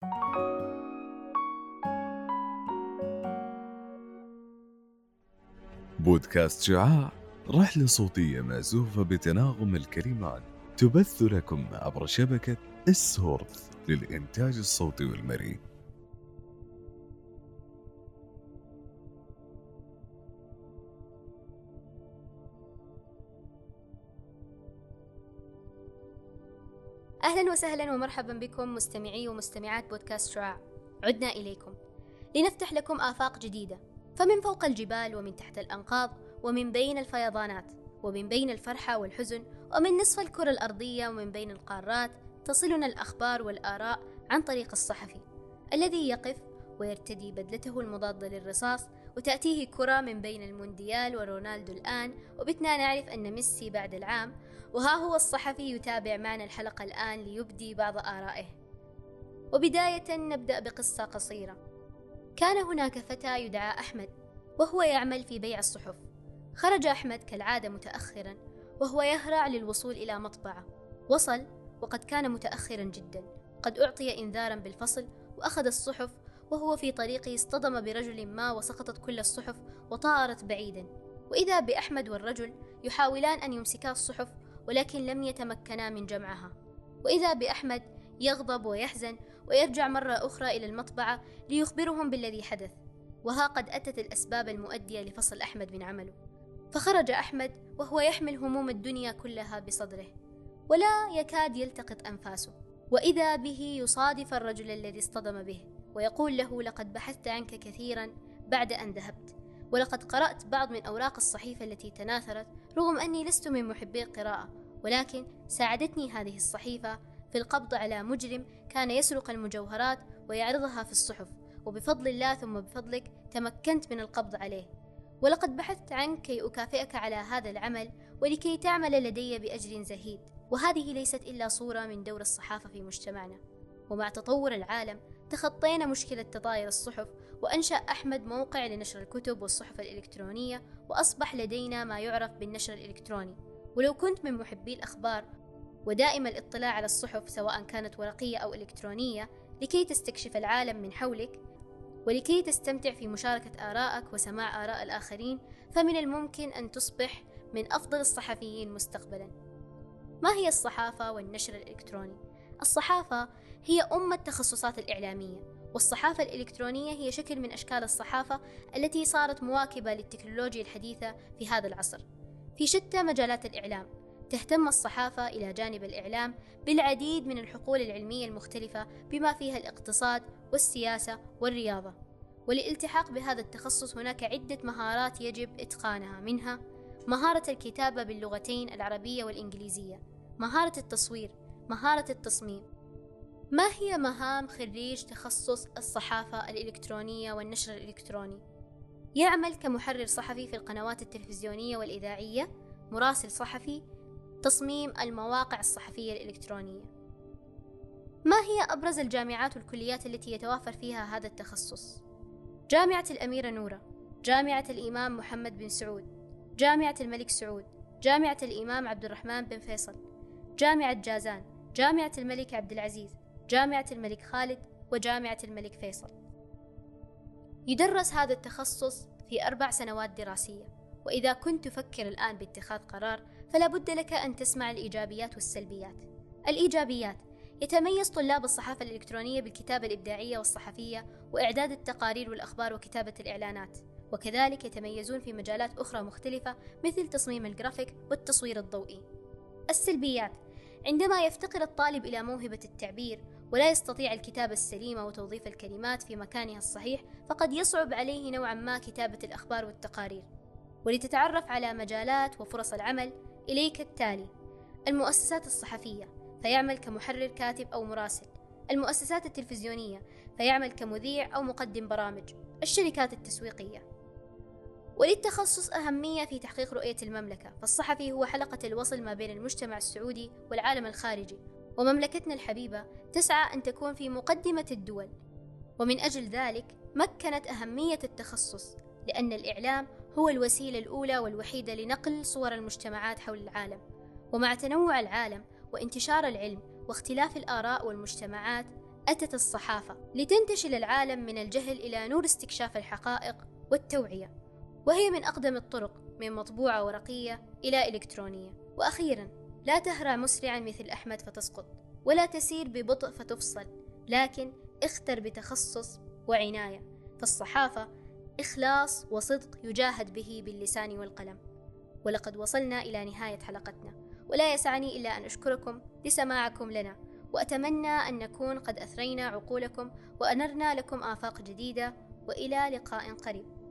بودكاست شعاع، رحلة صوتية مأزوفة بتناغم الكلمات، تبث لكم عبر شبكة السورث للإنتاج الصوتي والمرئي. أهلا وسهلا ومرحبا بكم مستمعي ومستمعات بودكاست شعاع. عدنا إليكم لنفتح لكم آفاق جديدة، فمن فوق الجبال ومن تحت الأنقاض ومن بين الفيضانات ومن بين الفرحة والحزن ومن نصف الكرة الأرضية ومن بين القارات تصلنا الأخبار والآراء عن طريق الصحفي الذي يقف ويرتدي بدلته المضادة للرصاص وتأتيه كرة من بين المونديال ورونالدو الآن، وبتنا نعرف أن ميسي بعد العام. وها هو الصحفي يتابع معنا الحلقة الآن ليبدي بعض آرائه. وبداية نبدأ بقصة قصيرة. كان هناك فتى يدعى أحمد وهو يعمل في بيع الصحف. خرج أحمد كالعادة متأخرا وهو يهرع للوصول إلى مطبعة. وصل وقد كان متأخرا جدا، قد أعطي إنذارا بالفصل، وأخذ الصحف. وهو في طريقه اصطدم برجل ما وسقطت كل الصحف وطارت بعيدا، وإذا بأحمد والرجل يحاولان أن يمسكا الصحف ولكن لم يتمكنا من جمعها. وإذا بأحمد يغضب ويحزن ويرجع مرة أخرى إلى المطبعة ليخبرهم بالذي حدث. وها قد أتت الأسباب المؤدية لفصل أحمد من عمله. فخرج أحمد وهو يحمل هموم الدنيا كلها بصدره ولا يكاد يلتقط أنفاسه، وإذا به يصادف الرجل الذي اصطدم به ويقول له: لقد بحثت عنك كثيرا بعد أن ذهبت، ولقد قرأت بعض من أوراق الصحيفة التي تناثرت، رغم أني لست من محبي القراءة، ولكن ساعدتني هذه الصحيفة في القبض على مجرم كان يسرق المجوهرات ويعرضها في الصحف، وبفضل الله ثم بفضلك تمكنت من القبض عليه. ولقد بحثت عنك كي أكافئك على هذا العمل ولكي تعمل لدي بأجر زهيد. وهذه ليست إلا صورة من دور الصحافة في مجتمعنا. ومع تطور العالم تخطينا مشكلة تطاير الصحف، وأنشأ أحمد موقع لنشر الكتب والصحف الإلكترونية، وأصبح لدينا ما يعرف بالنشر الإلكتروني. ولو كنت من محبي الأخبار ودائما الاطلاع على الصحف سواء كانت ورقية أو إلكترونية لكي تستكشف العالم من حولك ولكي تستمتع في مشاركة آرائك وسماع آراء الآخرين، فمن الممكن أن تصبح من أفضل الصحفيين مستقبلا. ما هي الصحافة والنشر الإلكتروني؟ الصحافة هي أم التخصصات الإعلامية، والصحافة الإلكترونية هي شكل من أشكال الصحافة التي صارت مواكبة للتكنولوجيا الحديثة في هذا العصر. في شتى مجالات الإعلام تهتم الصحافة إلى جانب الإعلام بالعديد من الحقول العلمية المختلفة بما فيها الاقتصاد والسياسة والرياضة. وللالتحاق بهذا التخصص هناك عدة مهارات يجب إتقانها، منها مهارة الكتابة باللغتين العربية والإنجليزية، مهارة التصوير، مهارة التصميم. ما هي مهام خريج تخصص الصحافة الإلكترونية والنشر الإلكتروني؟ يعمل كمحرر صحفي في القنوات التلفزيونية والإذاعية، مراسل صحفي، تصميم المواقع الصحفية الإلكترونية. ما هي أبرز الجامعات والكليات التي يتوافر فيها هذا التخصص؟ جامعة الأميرة نورة، جامعة الإمام محمد بن سعود، جامعة الملك سعود، جامعة الإمام عبد الرحمن بن فيصل، جامعة جازان، جامعة الملك عبد العزيز، جامعة الملك خالد، وجامعة الملك فيصل. يدرس هذا التخصص في 4 سنوات دراسية. وإذا كنت تفكر الآن باتخاذ قرار فلا بد لك أن تسمع الإيجابيات والسلبيات. الإيجابيات: يتميز طلاب الصحافة الإلكترونية بالكتابة الإبداعية والصحفية وإعداد التقارير والأخبار وكتابة الإعلانات، وكذلك يتميزون في مجالات أخرى مختلفة مثل تصميم الجرافيك والتصوير الضوئي. السلبيات: عندما يفتقر الطالب إلى موهبة التعبير ولا يستطيع الكتابة السليمة وتوظيف الكلمات في مكانها الصحيح، فقد يصعب عليه نوعا ما كتابة الأخبار والتقارير. ولتتعرف على مجالات وفرص العمل إليك التالي: المؤسسات الصحفية فيعمل كمحرر كاتب أو مراسل، المؤسسات التلفزيونية فيعمل كمذيع أو مقدم برامج، الشركات التسويقية. وللتخصص أهمية في تحقيق رؤية المملكة، فالصحفي هو حلقة الوصل ما بين المجتمع السعودي والعالم الخارجي، ومملكتنا الحبيبة تسعى أن تكون في مقدمة الدول. ومن أجل ذلك مكنت أهمية التخصص، لأن الإعلام هو الوسيلة الأولى والوحيدة لنقل صور المجتمعات حول العالم. ومع تنوع العالم وانتشار العلم واختلاف الآراء والمجتمعات، أتت الصحافة لتنتشل العالم من الجهل إلى نور استكشاف الحقائق والتوعية، وهي من أقدم الطرق، من مطبوعة ورقية إلى إلكترونية. وأخيرا، لا تهرع مسرعا مثل أحمد فتسقط، ولا تسير ببطء فتفصل، لكن اختر بتخصص وعناية، فالصحافة إخلاص وصدق يجاهد به باللسان والقلم. ولقد وصلنا إلى نهاية حلقتنا، ولا يسعني إلا أن أشكركم لسماعكم لنا، وأتمنى أن نكون قد أثرينا عقولكم وأنرنا لكم آفاق جديدة، وإلى لقاء قريب.